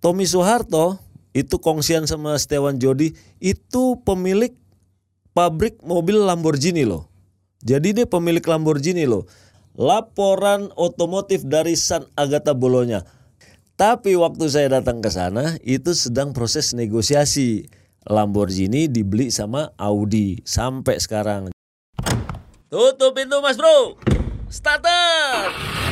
Tommy Soeharto itu kongsian sama Setiawan Jodi itu pemilik pabrik mobil Lamborghini loh. Jadi dia pemilik Lamborghini loh. Laporan otomotif dari San Agata Bologna. Tapi waktu saya datang ke sana itu sedang proses negosiasi. Lamborghini dibeli sama Audi sampai sekarang. Tutup pintu Mas Bro. Starter.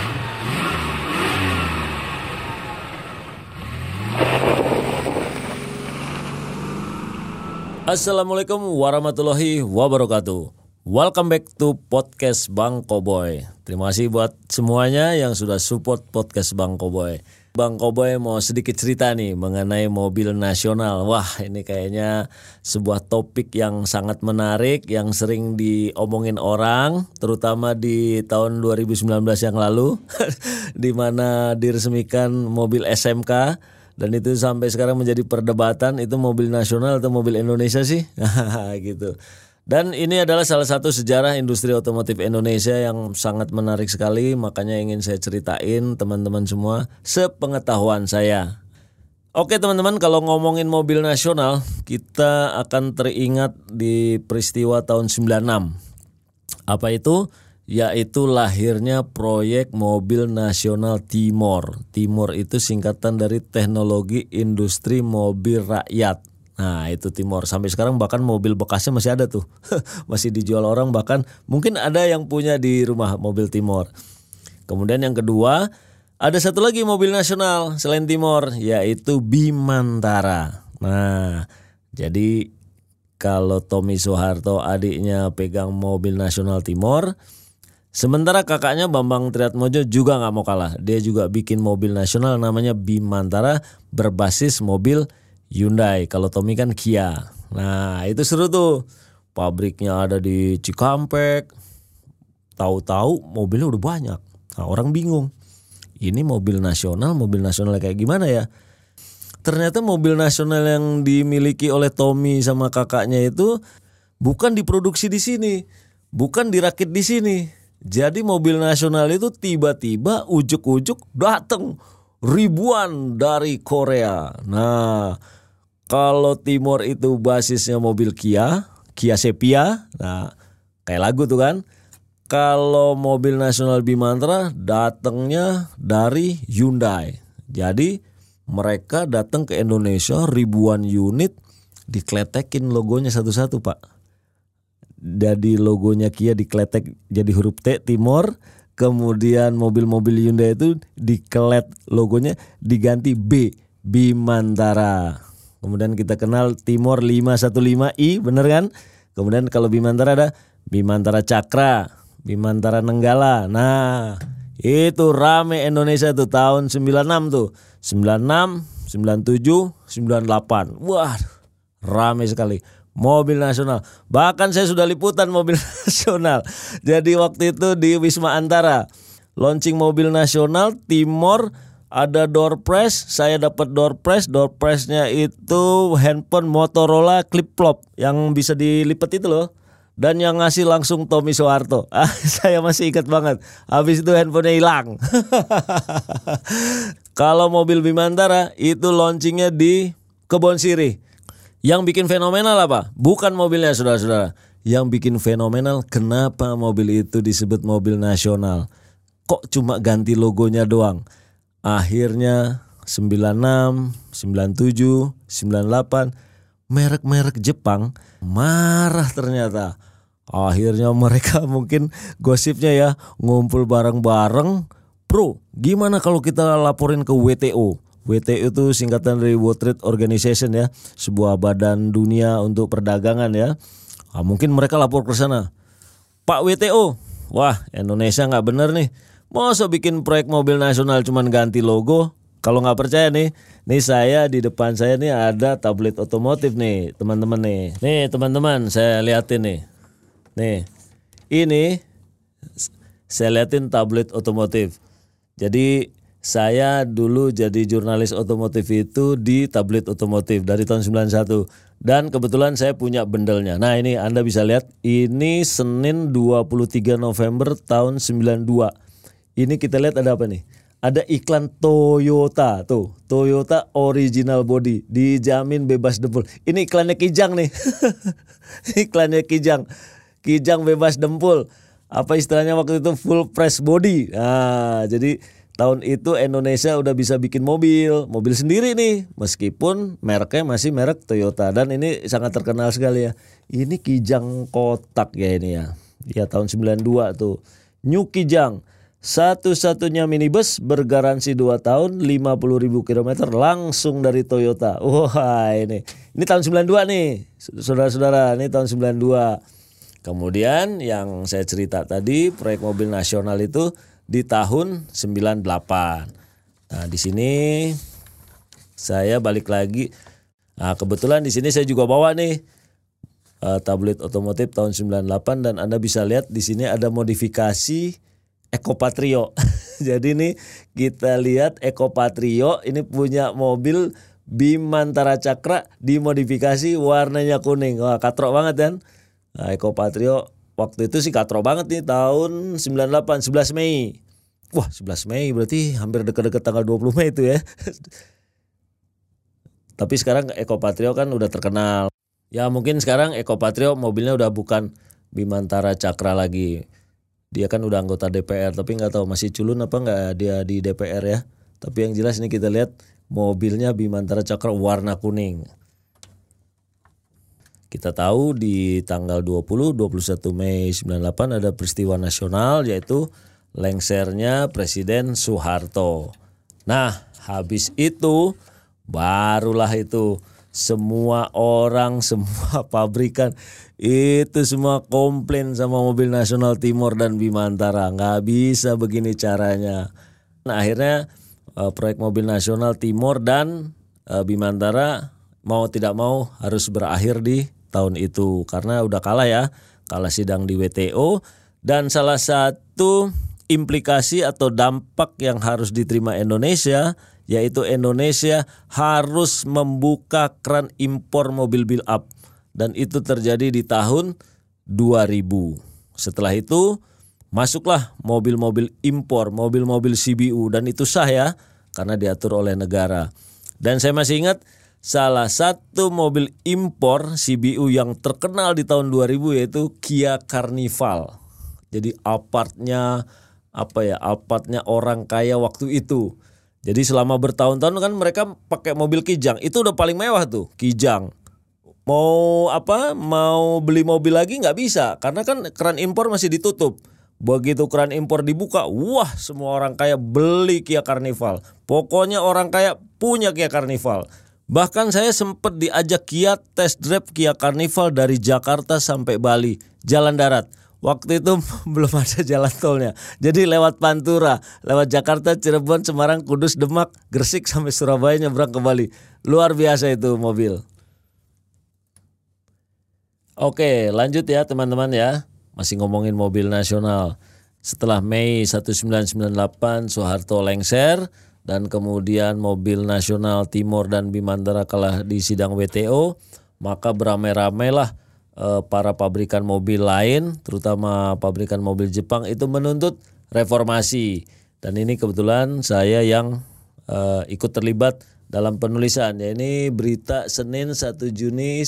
Assalamualaikum warahmatullahi wabarakatuh. Welcome back to podcast Bang Koboy. Terima kasih buat semuanya yang sudah support podcast Bang Koboy. Bang Koboy mau sedikit cerita nih mengenai mobil nasional. Wah, ini kayaknya sebuah topik yang sangat menarik, yang sering diomongin orang, terutama di tahun 2019 yang lalu, di mana diresmikan mobil SMK. Dan itu sampai sekarang menjadi perdebatan, itu mobil nasional atau mobil Indonesia sih? Gitu. Dan ini adalah salah satu sejarah industri otomotif Indonesia yang sangat menarik sekali. Makanya ingin saya ceritain teman-teman semua sepengetahuan saya. Oke teman-teman, kalau ngomongin mobil nasional, kita akan teringat di peristiwa tahun 96. Apa itu? Yaitu lahirnya proyek mobil nasional Timor. Timor itu singkatan dari Teknologi Industri Mobil Rakyat. Nah itu Timor. Sampai sekarang bahkan mobil bekasnya masih ada tuh. Masih dijual orang, bahkan mungkin ada yang punya di rumah mobil Timor. Kemudian yang kedua, ada satu lagi mobil nasional selain Timor, yaitu Bimantara. Nah jadi kalau Tommy Soeharto adiknya pegang mobil nasional Timor, sementara kakaknya Bambang Triatmojo juga gak mau kalah. Dia juga bikin mobil nasional namanya Bimantara berbasis mobil Hyundai. Kalau Tommy kan Kia. Nah itu seru tuh. Pabriknya ada di Cikampek. Tahu-tahu mobilnya udah banyak. Nah, orang bingung. Ini mobil nasional kayak gimana ya? Ternyata mobil nasional yang dimiliki oleh Tommy sama kakaknya itu bukan diproduksi di sini. Bukan dirakit di sini. Jadi mobil nasional itu tiba-tiba ujuk-ujuk datang ribuan dari Korea. Nah, kalau Timor itu basisnya mobil Kia Sepia. Nah, kayak lagu tuh kan. Kalau mobil nasional Bimantara datangnya dari Hyundai. Jadi mereka datang ke Indonesia ribuan unit, dikletekin logonya satu-satu, Pak. Jadi logonya Kia dikletek jadi huruf T Timor, kemudian mobil-mobil Hyundai itu diklet logonya diganti B, Bimantara. Kemudian kita kenal Timor 515i, bener kan? Kemudian kalau Bimantara ada Bimantara Cakra, Bimantara Nenggala. Nah, itu rame Indonesia tuh tahun 96 tuh. 96, 97, 98. Wah, rame sekali. Mobil nasional. Bahkan saya sudah liputan mobil nasional. Jadi waktu itu di Wisma Antara launching mobil nasional Timor, ada door prize. Saya dapat door prize. Door prize-nya itu handphone Motorola Flip Flop yang bisa dilipat itu loh. Dan yang ngasih langsung Tommy Soeharto. Saya masih ingat banget. Habis itu handphonenya hilang. Kalau mobil Bimantara itu launchingnya di Kebon Sirih. Yang bikin fenomenal apa? Bukan mobilnya, saudara-saudara. Yang bikin fenomenal kenapa mobil itu disebut mobil nasional. Kok cuma ganti logonya doang? Akhirnya 96, 97, 98 merek-merek Jepang marah ternyata. Akhirnya mereka mungkin gosipnya ya ngumpul bareng-bareng. Bro, gimana kalau kita laporin ke WTO? WTO itu singkatan dari World Trade Organization ya, sebuah badan dunia untuk perdagangan ya. Nah, mungkin mereka lapor ke sana. Pak WTO, wah Indonesia nggak bener nih. Masa bikin proyek mobil nasional cuman ganti logo? Kalau nggak percaya nih saya di depan saya nih ada tablet otomotif nih teman-teman nih. Nih teman-teman saya liatin nih. Nih ini saya liatin tablet otomotif. Jadi saya dulu jadi jurnalis otomotif itu di Tablet Otomotif dari tahun 91. Dan kebetulan saya punya bendelnya. Nah ini Anda bisa lihat, ini Senin 23 November tahun 92. Ini kita lihat ada apa nih? ada iklan Toyota tuh, Toyota original body, dijamin bebas dempul. Ini iklannya Kijang nih. Iklannya Kijang. Kijang bebas dempul. Apa istilahnya waktu itu, full press body. Nah, jadi tahun itu Indonesia udah bisa bikin mobil sendiri nih, meskipun mereknya masih merek Toyota, dan ini sangat terkenal sekali ya. Ini Kijang kotak ya ini ya. Ya tahun 92 tuh. New Kijang. Satu-satunya minibus bergaransi 2 tahun 50.000 km langsung dari Toyota. Wah ini tahun 92 nih saudara-saudara, ini tahun 92. Kemudian yang saya cerita tadi proyek mobil nasional itu di tahun 98. Nah di sini saya balik lagi. Nah kebetulan di sini saya juga bawa nih tablet otomotif tahun 98, dan Anda bisa lihat di sini ada modifikasi Ecopatrio. Jadi ini kita lihat Ecopatrio ini punya mobil Bimantara Cakra dimodifikasi warnanya kuning. Wah katrok banget kan. Nah, Ecopatrio waktu itu sih katrok banget nih tahun 98, 11 Mei. Wah 11 Mei berarti hampir dekat-dekat tanggal 20 Mei itu ya. Tapi sekarang Ecopatrio kan udah terkenal. Ya mungkin sekarang Ecopatrio mobilnya udah bukan Bimantara Cakra lagi. Dia kan udah anggota DPR, tapi nggak tahu masih culun apa nggak dia di DPR ya. Tapi yang jelas ini kita lihat mobilnya Bimantara Cakra warna kuning. Kita tahu di tanggal 21 Mei 98 ada peristiwa nasional, yaitu lengsernya Presiden Soeharto. Nah habis itu barulah itu semua orang, semua pabrikan itu semua komplain sama mobil nasional Timor dan Bimantara. Nggak bisa begini caranya. Nah akhirnya proyek mobil nasional Timor dan Bimantara mau tidak mau harus berakhir di tahun itu. Karena udah kalah ya, kalah sidang di WTO. Dan salah satu implikasi atau dampak yang harus diterima Indonesia, yaitu Indonesia harus membuka keran impor mobil build up, dan itu terjadi di tahun 2000. Setelah itu masuklah mobil-mobil impor, mobil-mobil CBU, dan itu sah ya karena diatur oleh negara. Dan saya masih ingat salah satu mobil impor CBU yang terkenal di tahun 2000 yaitu Kia Carnival. Jadi Alphardnya orang kaya waktu itu. Jadi selama bertahun-tahun kan mereka pakai mobil Kijang. Itu udah paling mewah tuh, Kijang. Mau beli mobil lagi nggak bisa, karena kan keran impor masih ditutup. Begitu keran impor dibuka, wah semua orang kaya beli Kia Carnival. Pokoknya orang kaya punya Kia Carnival. Bahkan saya sempat diajak Kia test drive Kia Carnival dari Jakarta sampai Bali, jalan darat. Waktu itu belum ada jalan tolnya. Jadi lewat Pantura, lewat Jakarta, Cirebon, Semarang, Kudus, Demak, Gresik sampai Surabaya nyebrang ke Bali. Luar biasa itu mobil. Oke, lanjut ya teman-teman ya. Masih ngomongin mobil nasional. Setelah Mei 1998 Soeharto lengser, dan kemudian mobil nasional Timor dan Bimantara kalah di sidang WTO, maka beramai-ramailah para pabrikan mobil lain, terutama pabrikan mobil Jepang itu menuntut reformasi. Dan ini kebetulan saya yang ikut terlibat dalam penulisan. Ya, ini berita Senin 1 Juni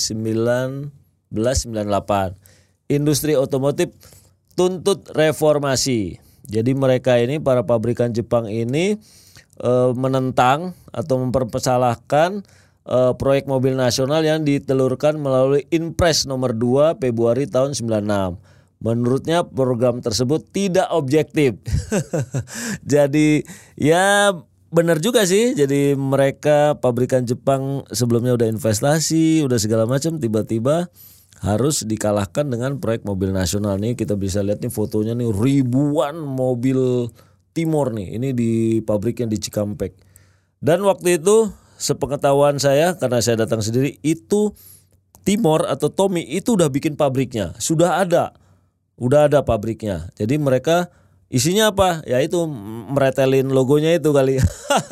1998. Industri otomotif tuntut reformasi. Jadi mereka ini, para pabrikan Jepang ini menentang atau mempersalahkan proyek mobil nasional yang ditelurkan melalui Inpres nomor 2 Februari tahun 96. Menurutnya program tersebut tidak objektif. Jadi ya benar juga sih. Jadi mereka pabrikan Jepang sebelumnya udah investasi, udah segala macam, tiba-tiba harus dikalahkan dengan proyek mobil nasional. Nih kita bisa lihat nih fotonya nih, ribuan mobil Timor nih. Ini di pabriknya di Cikampek. Dan waktu itu sepengetahuan saya, karena saya datang sendiri, itu Timor atau Tommy itu udah bikin pabriknya. Udah ada pabriknya. Jadi mereka isinya apa? Ya itu meretelin logonya itu kali.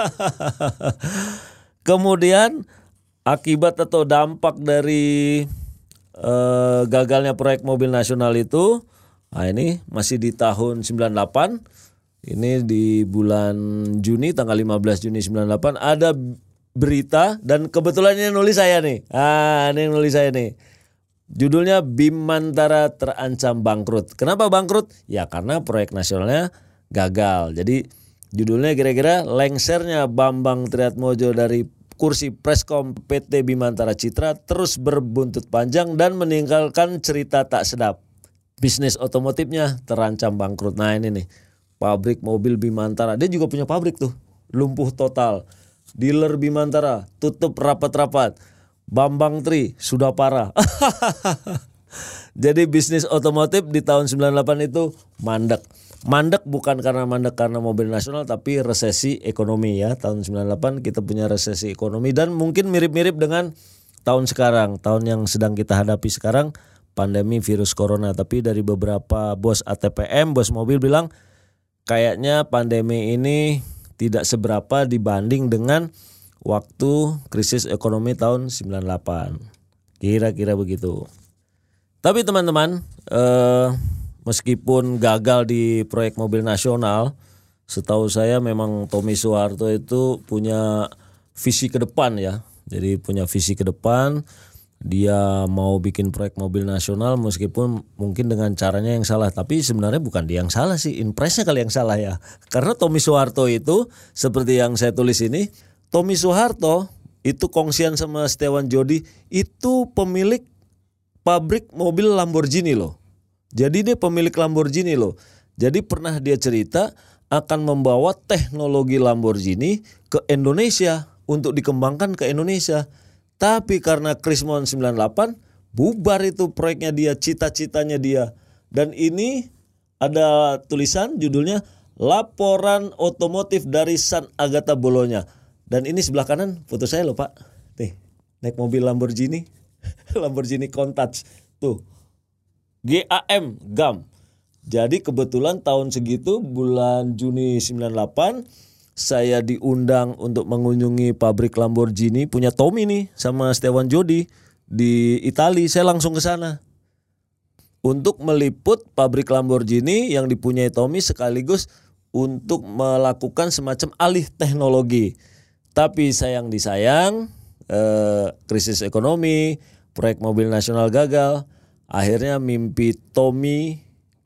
Kemudian akibat atau dampak dari gagalnya proyek mobil nasional itu, nah ini masih di tahun 98, Ini di bulan Juni, tanggal 15 Juni 98 ada berita, dan kebetulan ini nulis saya nih. Ini yang nulis saya nih. Judulnya Bimantara terancam bangkrut. Kenapa bangkrut? Ya karena proyek nasionalnya gagal. Jadi judulnya kira-kira lengsernya Bambang Triatmojo dari kursi Preskom PT Bimantara Citra terus berbuntut panjang dan meninggalkan cerita tak sedap. Bisnis otomotifnya terancam bangkrut. Nah ini nih, pabrik mobil Bimantara. Dia juga punya pabrik tuh, lumpuh total. Dealer Bimantara tutup rapat-rapat. Bambang Tri sudah parah. Jadi bisnis otomotif di tahun 98 itu mandek. Mandek bukan karena mobil nasional, tapi resesi ekonomi ya. Tahun 98 kita punya resesi ekonomi, dan mungkin mirip-mirip dengan tahun sekarang, tahun yang sedang kita hadapi sekarang, pandemi virus corona. Tapi dari beberapa bos ATPM, bos mobil bilang kayaknya pandemi ini tidak seberapa dibanding dengan waktu krisis ekonomi tahun 98. Kira-kira begitu. Tapi teman-teman, meskipun gagal di proyek mobil nasional, setahu saya memang Tommy Soeharto itu punya visi ke depan ya. Jadi punya visi ke depan. Dia mau bikin proyek mobil nasional meskipun mungkin dengan caranya yang salah. Tapi sebenarnya bukan dia yang salah sih, impresnya kali yang salah ya. Karena Tommy Soeharto itu seperti yang saya tulis ini, Tommy Soeharto itu kongsian sama Setiawan Jodi itu pemilik pabrik mobil Lamborghini loh. Jadi dia pemilik Lamborghini loh. Jadi pernah dia cerita akan membawa teknologi Lamborghini ke Indonesia untuk dikembangkan ke Indonesia. Tapi karena Krismon 98 bubar itu proyeknya dia, cita-citanya dia. Dan ini ada tulisan judulnya Laporan Otomotif dari San Agata Bologna. Dan ini sebelah kanan foto saya loh Pak. Nih, naik mobil Lamborghini. Lamborghini Countach. Tuh. GAM. Jadi kebetulan tahun segitu bulan Juni 98 saya diundang untuk mengunjungi pabrik Lamborghini punya Tommy nih sama Setiawan Jodi di Italia. Saya langsung ke sana untuk meliput pabrik Lamborghini yang dipunyai Tommy, sekaligus untuk melakukan semacam alih teknologi. Tapi sayang disayang, krisis ekonomi, proyek mobil nasional gagal. Akhirnya mimpi Tommy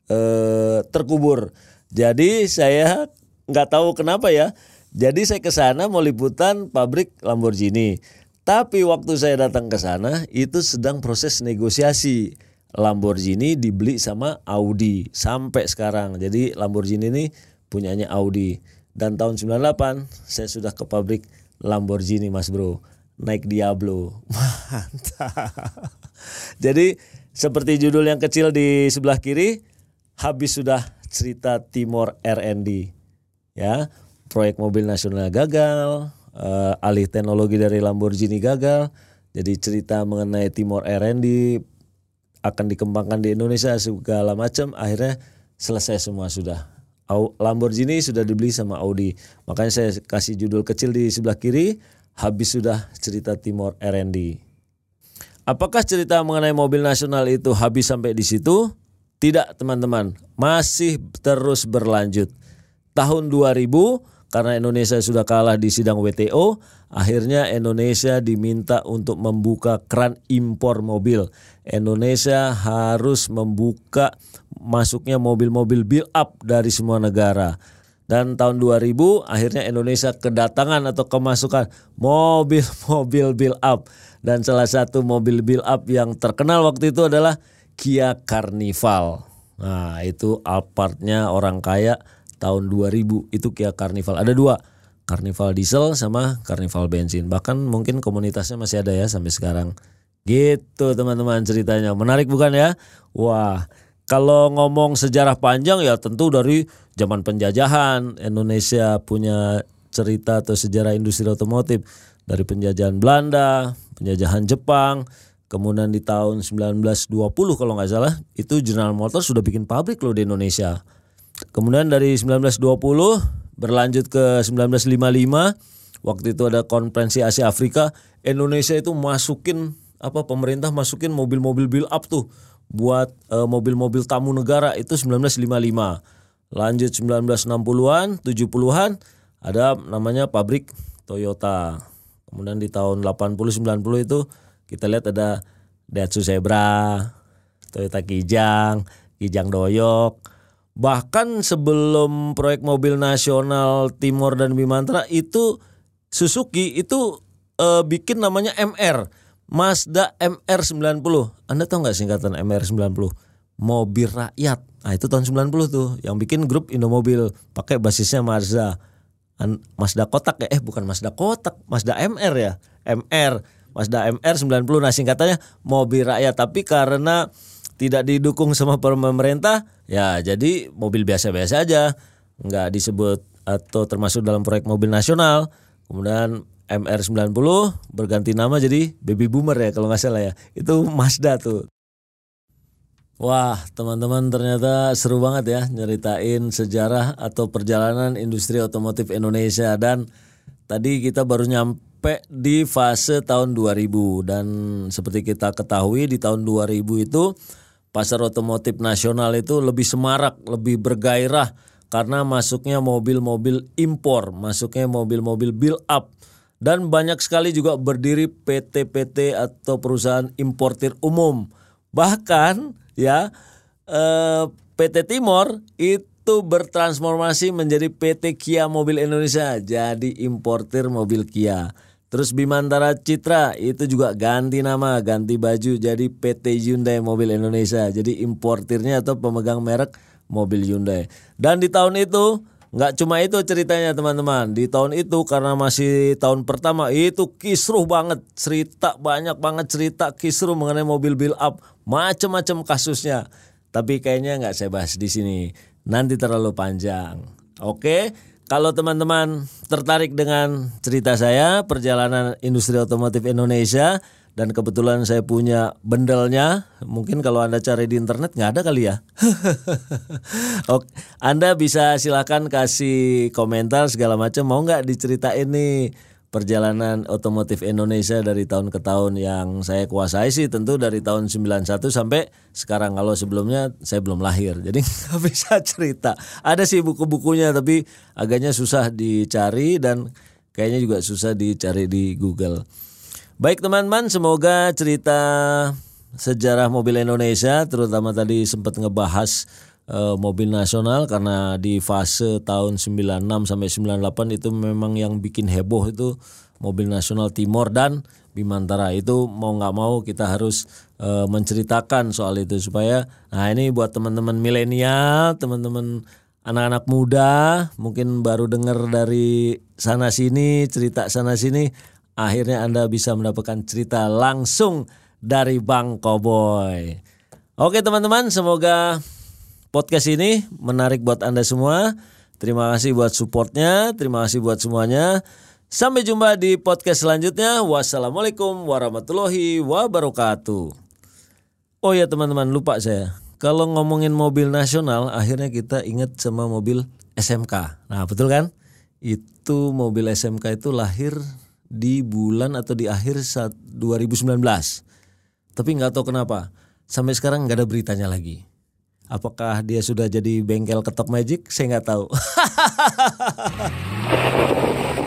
terkubur. Jadi saya nggak tahu kenapa ya. Jadi saya ke sana mau liputan pabrik Lamborghini. Tapi waktu saya datang ke sana itu sedang proses negosiasi. Lamborghini dibeli sama Audi sampai sekarang. Jadi Lamborghini ini punyanya Audi. Dan tahun 98 saya sudah ke pabrik Lamborghini Mas Bro. Naik Diablo. Mantap. Jadi seperti judul yang kecil di sebelah kiri, habis sudah cerita Timor R&D. Ya, proyek mobil nasional gagal, alih teknologi dari Lamborghini gagal. Jadi cerita mengenai Timor R&D akan dikembangkan di Indonesia segala macam, akhirnya selesai semua sudah. Lamborghini sudah dibeli sama Audi. Makanya saya kasih judul kecil di sebelah kiri, habis sudah cerita Timor R&D. Apakah cerita mengenai mobil nasional itu habis sampai di situ? Tidak teman-teman, masih terus berlanjut. Tahun 2000 karena Indonesia sudah kalah di sidang WTO, akhirnya Indonesia diminta untuk membuka keran impor mobil. Indonesia harus membuka masuknya mobil-mobil build up dari semua negara. Dan tahun 2000 akhirnya Indonesia kedatangan atau kemasukan mobil-mobil build up. Dan salah satu mobil build up yang terkenal waktu itu adalah Kia Carnival. Nah itu Alphardnya orang kaya tahun 2000 itu Kia Carnival. Ada dua, Carnival diesel sama Carnival bensin. Bahkan mungkin komunitasnya masih ada ya sampai sekarang. Gitu teman-teman ceritanya. Menarik bukan ya? Wah, kalau ngomong sejarah panjang ya tentu dari zaman penjajahan. Indonesia punya cerita atau sejarah industri otomotif dari penjajahan Belanda, penjajahan Jepang. Kemudian di tahun 1920 kalau nggak salah itu General Motors sudah bikin pabrik loh di Indonesia. Kemudian dari 1920 berlanjut ke 1955, waktu itu ada konferensi Asia Afrika, Indonesia itu pemerintah masukin mobil-mobil build up tuh buat mobil-mobil tamu negara itu 1955. Lanjut 1960-an, 70-an ada namanya pabrik Toyota. Kemudian di tahun 80-90 itu kita lihat ada Daihatsu Zebra, Toyota Kijang, Kijang Doyok. Bahkan sebelum proyek mobil nasional Timor dan Bimantara itu Suzuki itu bikin namanya MR, Mazda MR90. Anda tahu nggak singkatan MR90? Mobil rakyat. Nah itu tahun 90 tuh yang bikin grup Indomobil pakai basisnya Mazda. Mazda kotak ya, bukan Mazda kotak, Mazda MR ya. MR, Mazda MR90. Nah singkatannya mobil rakyat, tapi karena tidak didukung sama pemerintah ya jadi mobil biasa-biasa aja, nggak disebut atau termasuk dalam proyek mobil nasional. Kemudian MR90 berganti nama jadi Baby Boomer ya kalau nggak salah ya. Itu Mazda tuh. Wah teman-teman, ternyata seru banget ya nyeritain sejarah atau perjalanan industri otomotif Indonesia. Dan tadi kita baru nyampe di fase tahun 2000. Dan seperti kita ketahui di tahun 2000 itu pasar otomotif nasional itu lebih semarak, lebih bergairah karena masuknya mobil-mobil impor, masuknya mobil-mobil build up. Dan banyak sekali juga berdiri PT-PT atau perusahaan importir umum. Bahkan ya PT Timor itu bertransformasi menjadi PT Kia Mobil Indonesia, jadi importir mobil Kia. Terus Bimantara Citra itu juga ganti nama, ganti baju jadi PT Hyundai Mobil Indonesia, jadi importirnya atau pemegang merek mobil Hyundai. Dan di tahun itu nggak cuma itu ceritanya teman-teman. Di tahun itu karena masih tahun pertama itu kisruh banget, banyak banget cerita kisruh mengenai mobil build up, macam-macam kasusnya. Tapi kayaknya nggak saya bahas di sini, nanti terlalu panjang. Oke, kalau teman-teman tertarik dengan cerita saya perjalanan industri otomotif Indonesia, dan kebetulan saya punya bendelnya, mungkin kalau Anda cari di internet nggak ada kali ya. Oke, Anda bisa silakan kasih komentar segala macam, mau nggak diceritain nih perjalanan otomotif Indonesia dari tahun ke tahun. Yang saya kuasai sih tentu dari tahun 91 sampai sekarang. Kalau sebelumnya saya belum lahir, jadi nggak bisa cerita. Ada sih buku-bukunya tapi agaknya susah dicari dan kayaknya juga susah dicari di Google. Baik teman-teman, semoga cerita sejarah mobil Indonesia, terutama tadi sempat ngebahas mobil nasional, karena di fase tahun 96 sampai 98 itu memang yang bikin heboh itu mobil nasional Timor dan Bimantara. Itu mau nggak mau kita harus menceritakan soal itu supaya, nah ini buat teman-teman milenial, teman-teman anak-anak muda mungkin baru dengar dari sana sini, cerita sana sini, akhirnya Anda bisa mendapatkan cerita langsung dari Bang Koboy. Oke teman-teman, semoga podcast ini menarik buat Anda semua. Terima kasih buat supportnya, terima kasih buat semuanya. Sampai jumpa di podcast selanjutnya. Wassalamualaikum warahmatullahi wabarakatuh. Oh ya teman-teman, lupa saya. Kalau ngomongin mobil nasional, akhirnya kita ingat sama mobil SMK. Nah betul kan? Itu mobil SMK itu lahir di bulan atau di akhir 2019. Tapi nggak tahu kenapa sampai sekarang nggak ada beritanya lagi. Apakah dia sudah jadi bengkel ketok magic? Saya nggak tahu.